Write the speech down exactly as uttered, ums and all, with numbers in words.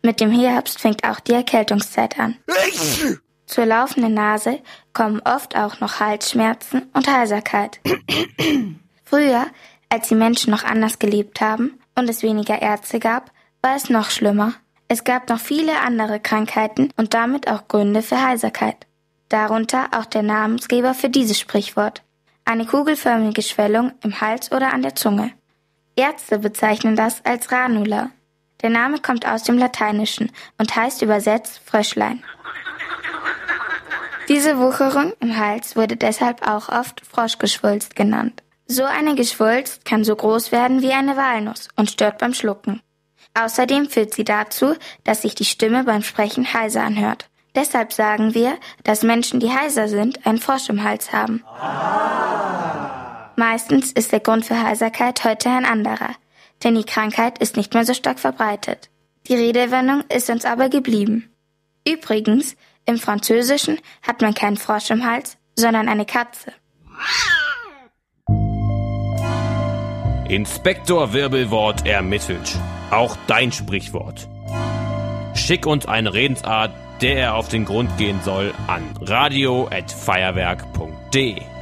Mit dem Herbst fängt auch die Erkältungszeit an. Zur laufenden Nase kommen oft auch noch Halsschmerzen und Heiserkeit. Früher, als die Menschen noch anders gelebt haben und es weniger Ärzte gab, war es noch schlimmer. Es gab noch viele andere Krankheiten und damit auch Gründe für Heiserkeit. Darunter auch der Namensgeber für dieses Sprichwort: eine kugelförmige Schwellung im Hals oder an der Zunge. Ärzte bezeichnen das als Ranula. Der Name kommt aus dem Lateinischen und heißt übersetzt Fröschlein. Diese Wucherung im Hals wurde deshalb auch oft Froschgeschwulst genannt. So eine Geschwulst kann so groß werden wie eine Walnuss und stört beim Schlucken. Außerdem führt sie dazu, dass sich die Stimme beim Sprechen heiser anhört. Deshalb sagen wir, dass Menschen, die heiser sind, einen Frosch im Hals haben. Ah. Meistens ist der Grund für Heiserkeit heute ein anderer, denn die Krankheit ist nicht mehr so stark verbreitet. Die Redewendung ist uns aber geblieben. Übrigens, im Französischen hat man keinen Frosch im Hals, sondern eine Katze. Inspektor Wirbelwort ermittelt. Auch dein Sprichwort. Schick uns eine Redensart, der er auf den Grund gehen soll, an radio at feuerwerk punkt de.